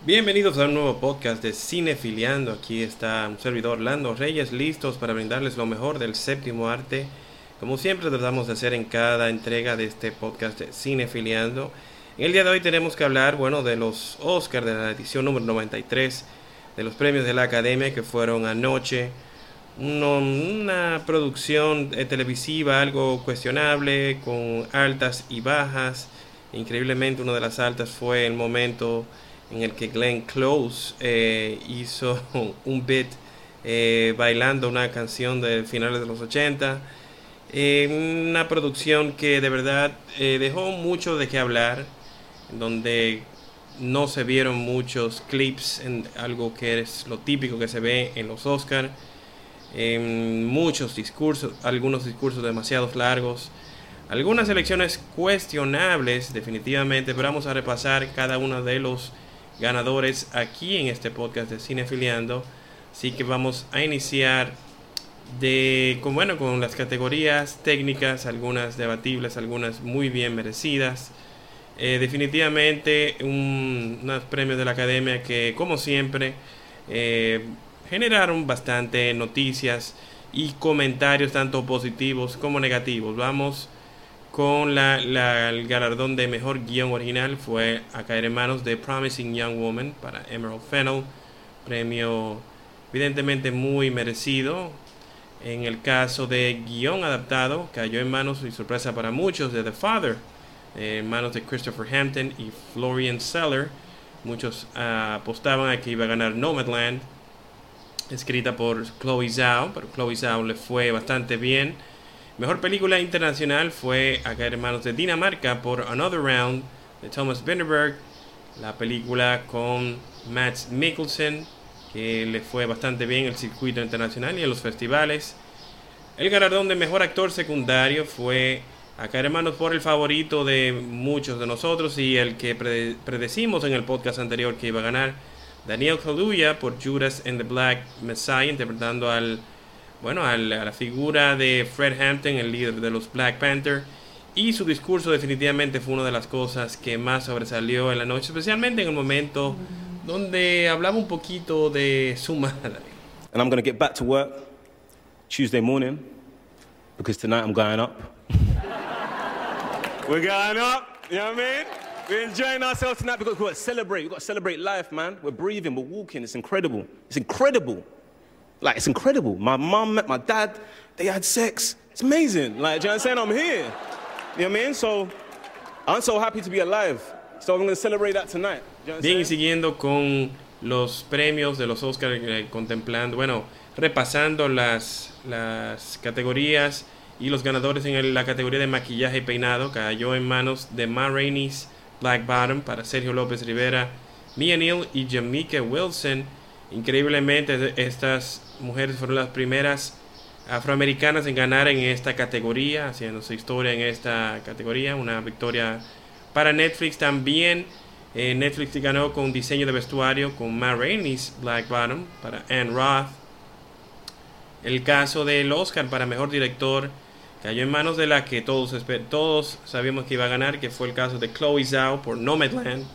Bienvenidos a un nuevo podcast de Cinefiliando. Aquí está un servidor Orlando Reyes, listos para brindarles lo mejor del séptimo arte, como siempre tratamos de hacer en cada entrega de este podcast de Cinefiliando. En el día de hoy tenemos que hablar, de los Oscars de la edición número 93, de los premios de la Academia que fueron anoche. Una producción televisiva algo cuestionable, con altas y bajas. Increíblemente, una de las altas fue el momento en el que Glenn Close hizo un bit bailando una canción de finales de los 80. Una producción que de verdad dejó mucho de qué hablar, donde no se vieron muchos clips en algo que es lo típico que se ve en los Oscars. Muchos discursos, algunos discursos demasiado largos, algunas elecciones cuestionables definitivamente, pero vamos a repasar cada uno de los ganadores aquí en este podcast de Cinefiliando. Así que vamos a iniciar con las categorías técnicas, algunas debatibles, algunas muy bien merecidas. Definitivamente unos premios de la Academia que, como siempre, generaron bastante noticias y comentarios tanto positivos como negativos. Vamos con el galardón de mejor guión original. Fue a caer en manos de Promising Young Woman para Emerald Fennell, premio evidentemente muy merecido. En el caso de guión adaptado, cayó en manos, y sorpresa para muchos, de The Father, en manos de Christopher Hampton y Florian Zeller. Muchos apostaban a que iba a ganar Nomadland, escrita por Chloe Zhao, pero Chloe Zhao le fue bastante bien. Mejor película internacional fue a caer en manos de Dinamarca por Another Round de Thomas Vinterberg, la película con Mads Mikkelsen, que le fue bastante bien en el circuito internacional y en los festivales. El galardón de mejor actor secundario fue a caer en manos por el favorito de muchos de nosotros y el que predecimos en el podcast anterior que iba a ganar, Daniel Kaluuya por Judas and the Black Messiah, interpretando a la figura de Fred Hampton, el líder de los Black Panther. Y su discurso definitivamente fue una de las cosas que más sobresalió en la noche, especialmente en el momento donde hablaba un poquito de su madre. And I'm going to get back to work Tuesday morning, because tonight I'm going up. We're going up, you know what I mean? We're enjoying ourselves tonight because we've got to celebrate life, man. We're breathing, we're walking, it's incredible. It's incredible. Like, it's incredible. My mum met my dad, they had sex. It's amazing. Like, do you know what I'm saying? I'm here. You know what I mean? So, I'm so happy to be alive. So I'm going to celebrate that tonight. You know what I'm Bien, y saying? siguiendo con los premios de los Oscars, repasando las categorías y los ganadores en la categoría de maquillaje y peinado, cayó en manos de Ma Rainey's Black Bottom para Sergio López Rivera, Mia Neal y Jamaica Wilson. Increíblemente, estas mujeres fueron las primeras afroamericanas en ganar en esta categoría, haciendo su historia en esta categoría. Una victoria para Netflix también. Netflix ganó con diseño de vestuario con Ma Rainey's Black Bottom para Anne Roth. El caso del Oscar para mejor director cayó en manos de la que todos sabíamos que iba a ganar, que fue el caso de Chloe Zhao por Nomadland.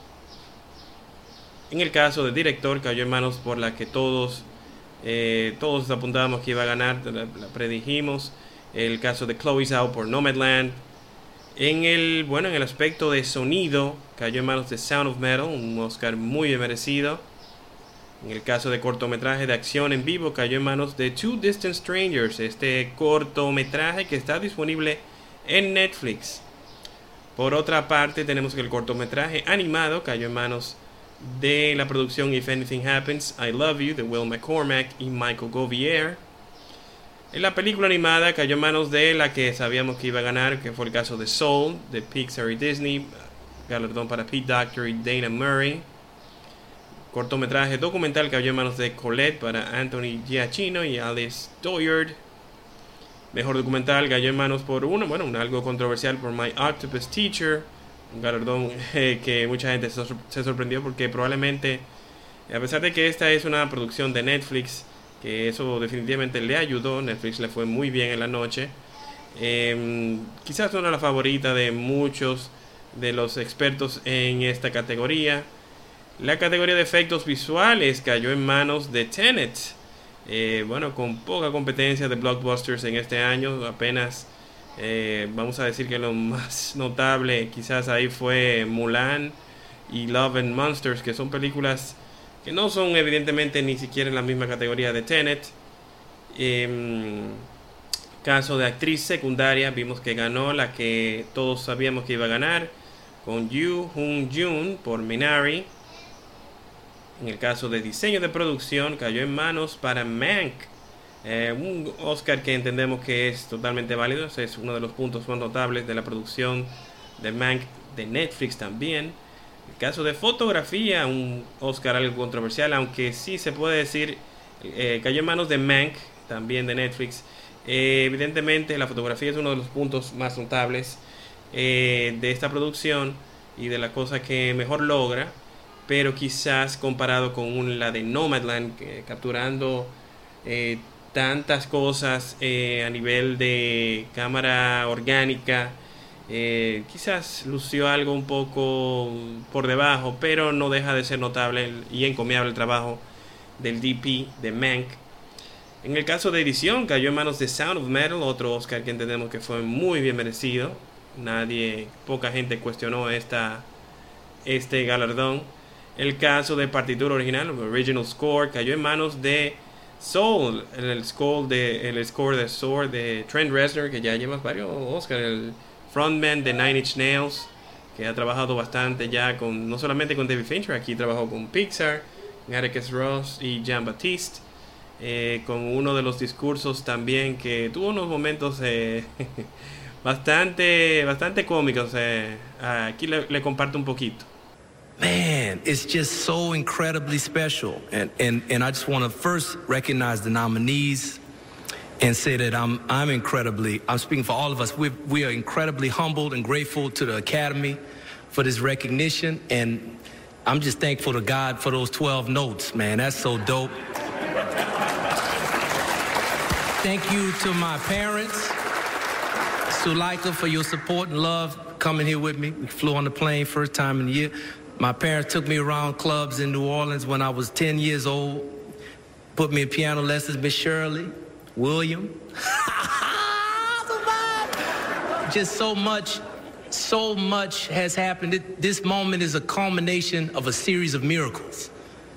En el caso de director cayó en manos por la que todos apuntábamos que iba a ganar, la predijimos, el caso de Chloe Zhao por Nomadland. En el aspecto de sonido cayó en manos de Sound of Metal, un Oscar muy bien merecido. En el caso de cortometraje de acción en vivo cayó en manos de Two Distant Strangers, este cortometraje que está disponible en Netflix. Por otra parte, tenemos que el cortometraje animado cayó en manos de la producción If Anything Happens, I Love You de Will McCormack y Michael Govier. En la película animada cayó en manos de la que sabíamos que iba a ganar, que fue el caso de Soul de Pixar y Disney, galardón para Pete Docter y Dana Murray. Cortometraje documental cayó en manos de Colette para Anthony Giacchino y Alice Doyard. Mejor documental cayó en manos por un algo controversial, por My Octopus Teacher, un galardón que mucha gente se sorprendió porque probablemente, a pesar de que esta es una producción de Netflix, que eso definitivamente le ayudó, Netflix le fue muy bien en la noche. Quizás una de las favoritas de muchos de los expertos en esta categoría. La categoría de efectos visuales cayó en manos de Tenet. Bueno, con poca competencia de blockbusters en este año, apenas vamos a decir que lo más notable quizás ahí fue Mulan y Love and Monsters, que son películas que no son evidentemente ni siquiera en la misma categoría de Tenet. Caso de actriz secundaria, vimos que ganó la que todos sabíamos que iba a ganar, con Yoo Hoon-jun por Minari. En el caso de diseño de producción, cayó en manos para Mank, un Oscar que entendemos que es totalmente válido. Ese es uno de los puntos más notables de la producción de Mank de Netflix también. En el caso de fotografía, un Oscar algo controversial, aunque sí se puede decir, cayó en manos de Mank, también de Netflix. Evidentemente la fotografía es uno de los puntos más notables de esta producción y de la cosa que mejor logra, pero quizás comparado con la de Nomadland, capturando tantas cosas a nivel de cámara orgánica, quizás lució algo un poco por debajo, pero no deja de ser notable y encomiable el trabajo del DP de Mank. En el caso de edición, cayó en manos de Sound of Metal, otro Oscar que entendemos que fue muy bien merecido. Poca gente cuestionó este galardón. El caso de partitura original, Original Score, cayó en manos de Soul, el score de Soul de Trent Reznor, que ya lleva varios Oscars, el frontman de Nine Inch Nails, que ha trabajado bastante ya no solamente con David Fincher, aquí trabajó con Pixar, Atticus Ross y Jean-Baptiste, con uno de los discursos también que tuvo unos momentos bastante cómicos. Aquí le comparto un poquito. Man, it's just so incredibly special. And I just want to first recognize the nominees and say that I'm speaking for all of us. We are incredibly humbled and grateful to the Academy for this recognition. And I'm just thankful to God for those 12 notes, man. That's so dope. Thank you to my parents, Suleika, for your support and love coming here with me. We flew on the plane first time in a year. My parents took me around clubs in New Orleans when I was 10 years old, put me in piano lessons, Miss Shirley, William. Just so much has happened. This moment is a culmination of a series of miracles.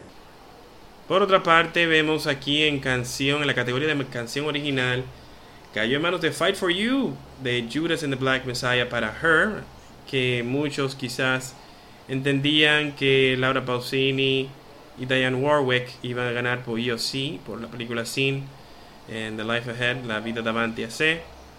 Por otra parte, vemos aquí en la categoría de canción original, cayó en manos de Fight For You, de Judas and the Black Messiah para Her, que muchos quizás entendían que Laura Pausini y Dionne Warwick iban a ganar por EOC, por la película Sin en The Life Ahead, La Vida Davanti a sé.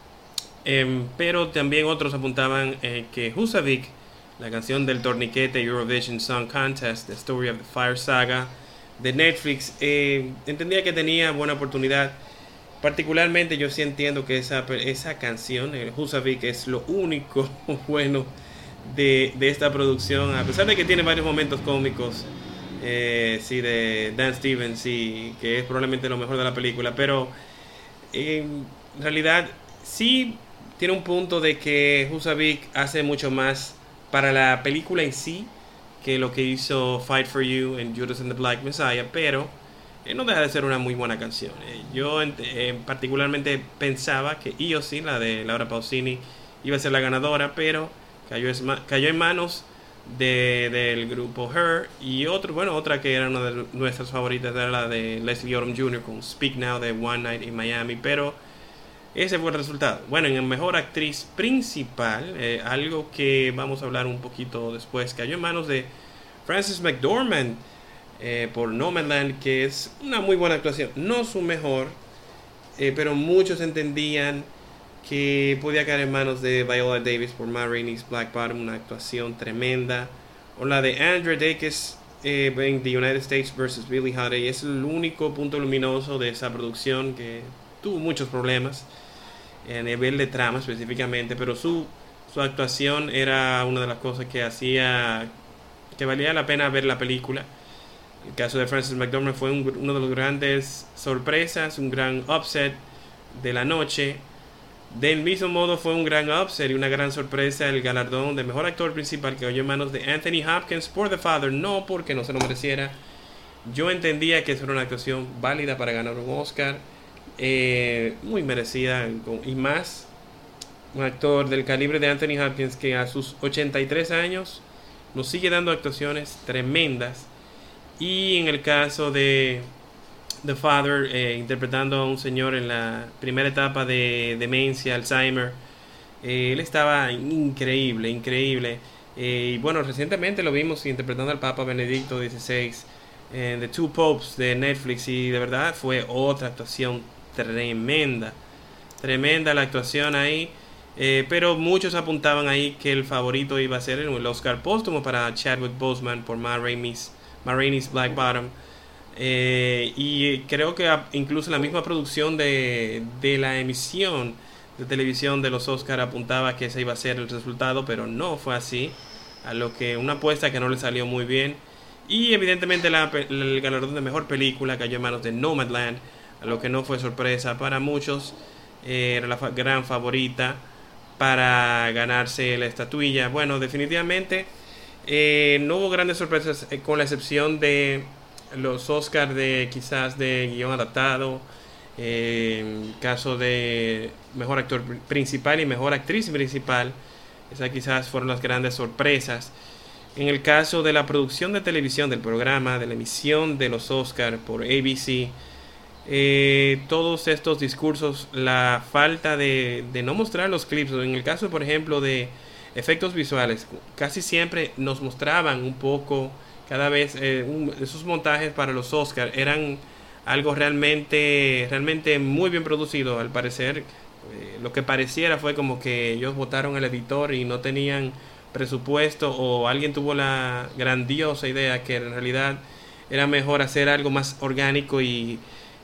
Pero también otros apuntaban que Husavik, la canción del torniquete Eurovision Song Contest, The Story of the Fire Saga de Netflix, entendía que tenía buena oportunidad. Particularmente yo sí entiendo que esa canción, Husavik, es lo único bueno de esta producción, a pesar de que tiene varios momentos cómicos, sí, de Dan Stevens, sí, que es probablemente lo mejor de la película, pero en realidad sí tiene un punto de que Husavik hace mucho más para la película en sí que lo que hizo Fight For You en Judas and the Black Messiah, pero no deja de ser una muy buena canción. Yo particularmente pensaba que EOC, la de Laura Pausini, iba a ser la ganadora, pero cayó en manos del grupo Her, y otra que era una de nuestras favoritas era la de Leslie Odom Jr. con Speak Now de One Night in Miami, pero ese fue el resultado. Bueno, en el mejor actriz principal, algo que vamos a hablar un poquito después, cayó en manos de Frances McDormand por Nomadland, que es una muy buena actuación, no su mejor, pero muchos entendían que podía caer en manos de Viola Davis por Ma Rainey's Black Bottom, una actuación tremenda, o la de Andrea Dacus en The United States vs. Billie Holiday. Es el único punto luminoso de esa producción, que tuvo muchos problemas a nivel de trama específicamente, pero su actuación era una de las cosas que hacía que valía la pena ver la película. El caso de Frances McDormand fue uno de los grandes sorpresas, un gran upset de la noche. Del mismo modo fue un gran upset y una gran sorpresa el galardón de mejor actor principal que cayó en manos de Anthony Hopkins por The Father, no porque no se lo mereciera. Yo entendía que eso era una actuación válida para ganar un Oscar, muy merecida, y más un actor del calibre de Anthony Hopkins que a sus 83 años nos sigue dando actuaciones tremendas. Y en el caso de The Father, interpretando a un señor en la primera etapa de demencia, Alzheimer, él estaba increíble, increíble. Y bueno, recientemente lo vimos interpretando al Papa Benedicto XVI en The Two Popes de Netflix, y de verdad fue otra actuación tremenda, tremenda la actuación ahí. Pero muchos apuntaban ahí que el favorito iba a ser el Oscar póstumo para Chadwick Boseman por Ma Rainey's Black Bottom. Y creo que incluso la misma producción de la emisión de televisión de los Oscar apuntaba que ese iba a ser el resultado, pero no fue así, a lo que una apuesta que no le salió muy bien. Y evidentemente el galardón de mejor película cayó en manos de Nomadland, a lo que no fue sorpresa para muchos. Era la gran favorita para ganarse la estatuilla. Bueno, definitivamente no hubo grandes sorpresas, con la excepción de los Oscars de quizás de guión adaptado, caso de mejor actor principal y mejor actriz principal. Esas quizás fueron las grandes sorpresas. En el caso de la producción de televisión del programa, de la emisión de los Oscars por ABC, todos estos discursos, la falta de no mostrar los clips, en el caso por ejemplo de efectos visuales, casi siempre nos mostraban un poco cada vez esos montajes para los Oscars eran algo realmente muy bien producido. Al parecer lo que pareciera fue como que ellos votaron al editor y no tenían presupuesto, o alguien tuvo la grandiosa idea que en realidad era mejor hacer algo más orgánico y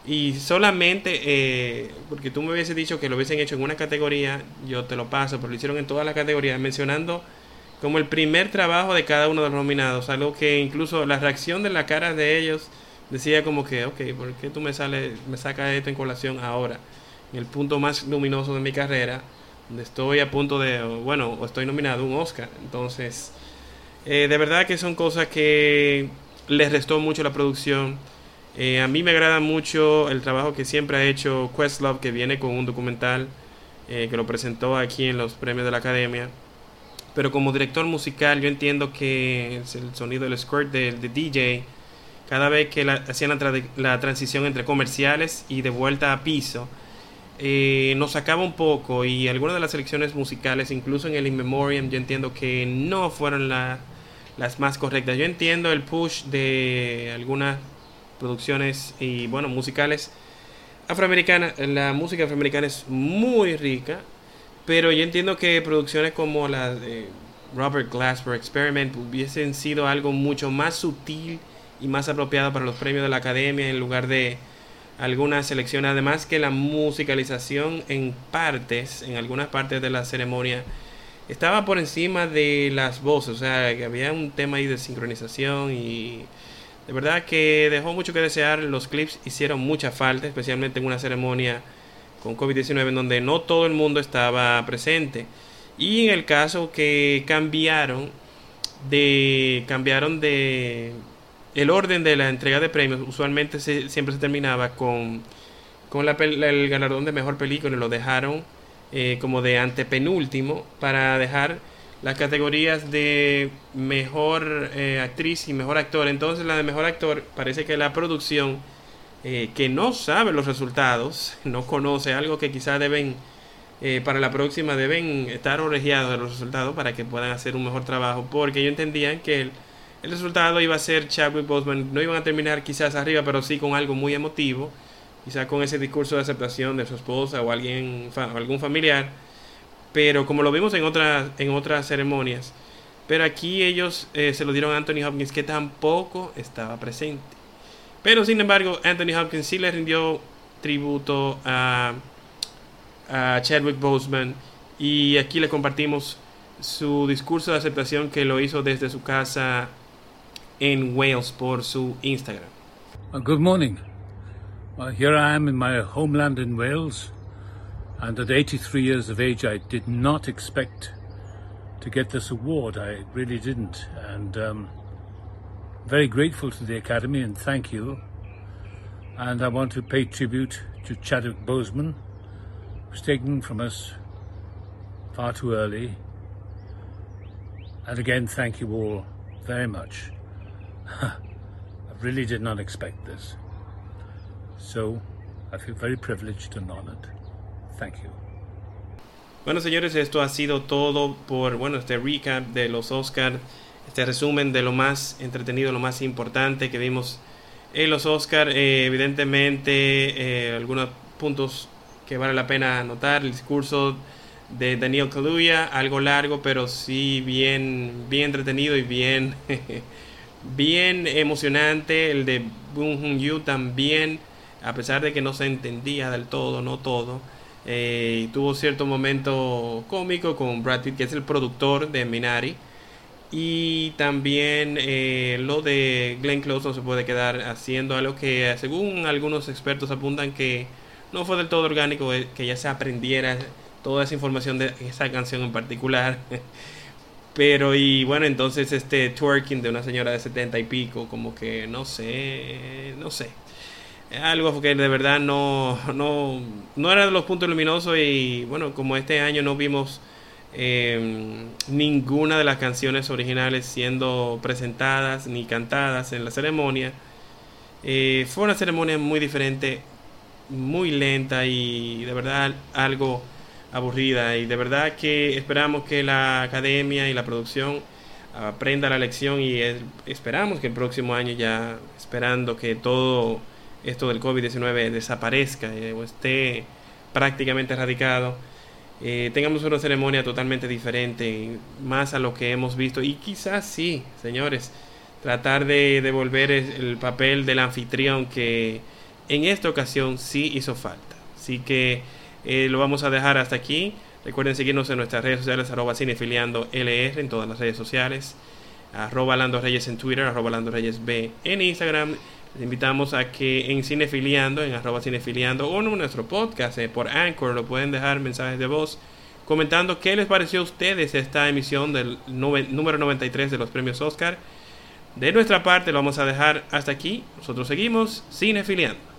solamente porque tú me hubiese dicho que lo hubiesen hecho en una categoría, yo te lo paso, pero lo hicieron en todas las categorías, mencionando como el primer trabajo de cada uno de los nominados, algo que incluso la reacción de la cara de ellos decía como que, ok, ¿por qué tú me sacas esto en colación ahora, en el punto más luminoso de mi carrera, donde estoy a punto de, bueno, o estoy nominado a un Oscar? Entonces, de verdad que son cosas que les restó mucho la producción. A mí me agrada mucho el trabajo que siempre ha hecho Questlove, que viene con un documental que lo presentó aquí en los premios de la Academia. Pero como director musical, yo entiendo que el sonido del score de DJ, cada vez que hacían la transición entre comerciales y de vuelta a piso, nos sacaba un poco, y algunas de las selecciones musicales, incluso en el In Memoriam, yo entiendo que no fueron las más correctas. Yo entiendo el push de algunas producciones y bueno, musicales afroamericanas. La música afroamericana es muy rica, pero yo entiendo que producciones como la de Robert Glasper Experiment hubiesen sido algo mucho más sutil y más apropiado para los premios de la Academia, en lugar de algunas selecciones. Además que la musicalización en algunas partes de la ceremonia estaba por encima de las voces, o sea, que había un tema ahí de sincronización, y de verdad que dejó mucho que desear. Los clips hicieron mucha falta, especialmente en una ceremonia con COVID-19 en donde no todo el mundo estaba presente. Y en el caso que cambiaron de el orden de la entrega de premios, usualmente siempre se terminaba con el galardón de mejor película, y lo dejaron como de antepenúltimo, para dejar las categorías de mejor actriz y mejor actor. Entonces la de mejor actor, parece que la producción, que no sabe los resultados, no conoce, algo que quizás deben para la próxima deben estar orejeados de los resultados para que puedan hacer un mejor trabajo, porque ellos entendían que el resultado iba a ser Chadwick Boseman. No iban a terminar quizás arriba, pero sí con algo muy emotivo, quizás con ese discurso de aceptación de su esposa o algún familiar, pero como lo vimos en otras ceremonias. Pero aquí ellos se lo dieron a Anthony Hopkins, que tampoco estaba presente. Pero sin embargo, Anthony Hopkins sí le rindió tributo a Chadwick Boseman, y aquí le compartimos su discurso de aceptación, que lo hizo desde su casa en Wales por su Instagram. Good morning. Here I am in my homeland in Wales, And at 83 years of age, I did not expect to get this award. I really didn't. And very grateful to the Academy, and thank you. And I want to pay tribute to Chadwick Boseman, who's taken from us far too early. And again, thank you all very much. I really did not expect this. So I feel very privileged and honored. Thank you. Bueno, señores, esto ha sido todo por, este recap de los Oscars, este resumen de lo más entretenido, lo más importante que vimos en los Oscars. Evidentemente, algunos puntos que vale la pena anotar: el discurso de Daniel Kaluuya, algo largo, pero sí bien entretenido y bien emocionante. El de Bong Joon-ho también, a pesar de que no se entendía del todo, no todo. Tuvo cierto momento cómico con Brad Pitt, que es el productor de Minari. Y también lo de Glenn Close no se puede quedar haciendo algo que, según algunos expertos, apuntan que no fue del todo orgánico, que ya se aprendiera toda esa información de esa canción en particular. Pero, y bueno, entonces este twerking de una señora de 70 y pico, como que no sé, algo que de verdad no era de los puntos luminosos. Y bueno, como este año no vimos ninguna de las canciones originales siendo presentadas ni cantadas en la ceremonia, fue una ceremonia muy diferente, muy lenta y de verdad algo aburrida. Y de verdad que esperamos que la academia y la producción aprenda la lección, y esperamos que el próximo año, ya esperando que todo esto del COVID-19 desaparezca o esté prácticamente erradicado, tengamos una ceremonia totalmente diferente, más a lo que hemos visto. Y quizás sí, señores, tratar de devolver el papel del anfitrión, que en esta ocasión sí hizo falta. Así que lo vamos a dejar hasta aquí. Recuerden seguirnos en nuestras redes sociales, @cinefiliandolr en todas las redes sociales, @LandoReyes en Twitter, @LandoReyesB en Instagram. Les invitamos a que en Cinefiliando, en @Cinefiliando, o en nuestro podcast por Anchor, lo pueden dejar mensajes de voz comentando qué les pareció a ustedes esta emisión del número 93 de los premios Oscar. De nuestra parte lo vamos a dejar hasta aquí. Nosotros seguimos Cinefiliando.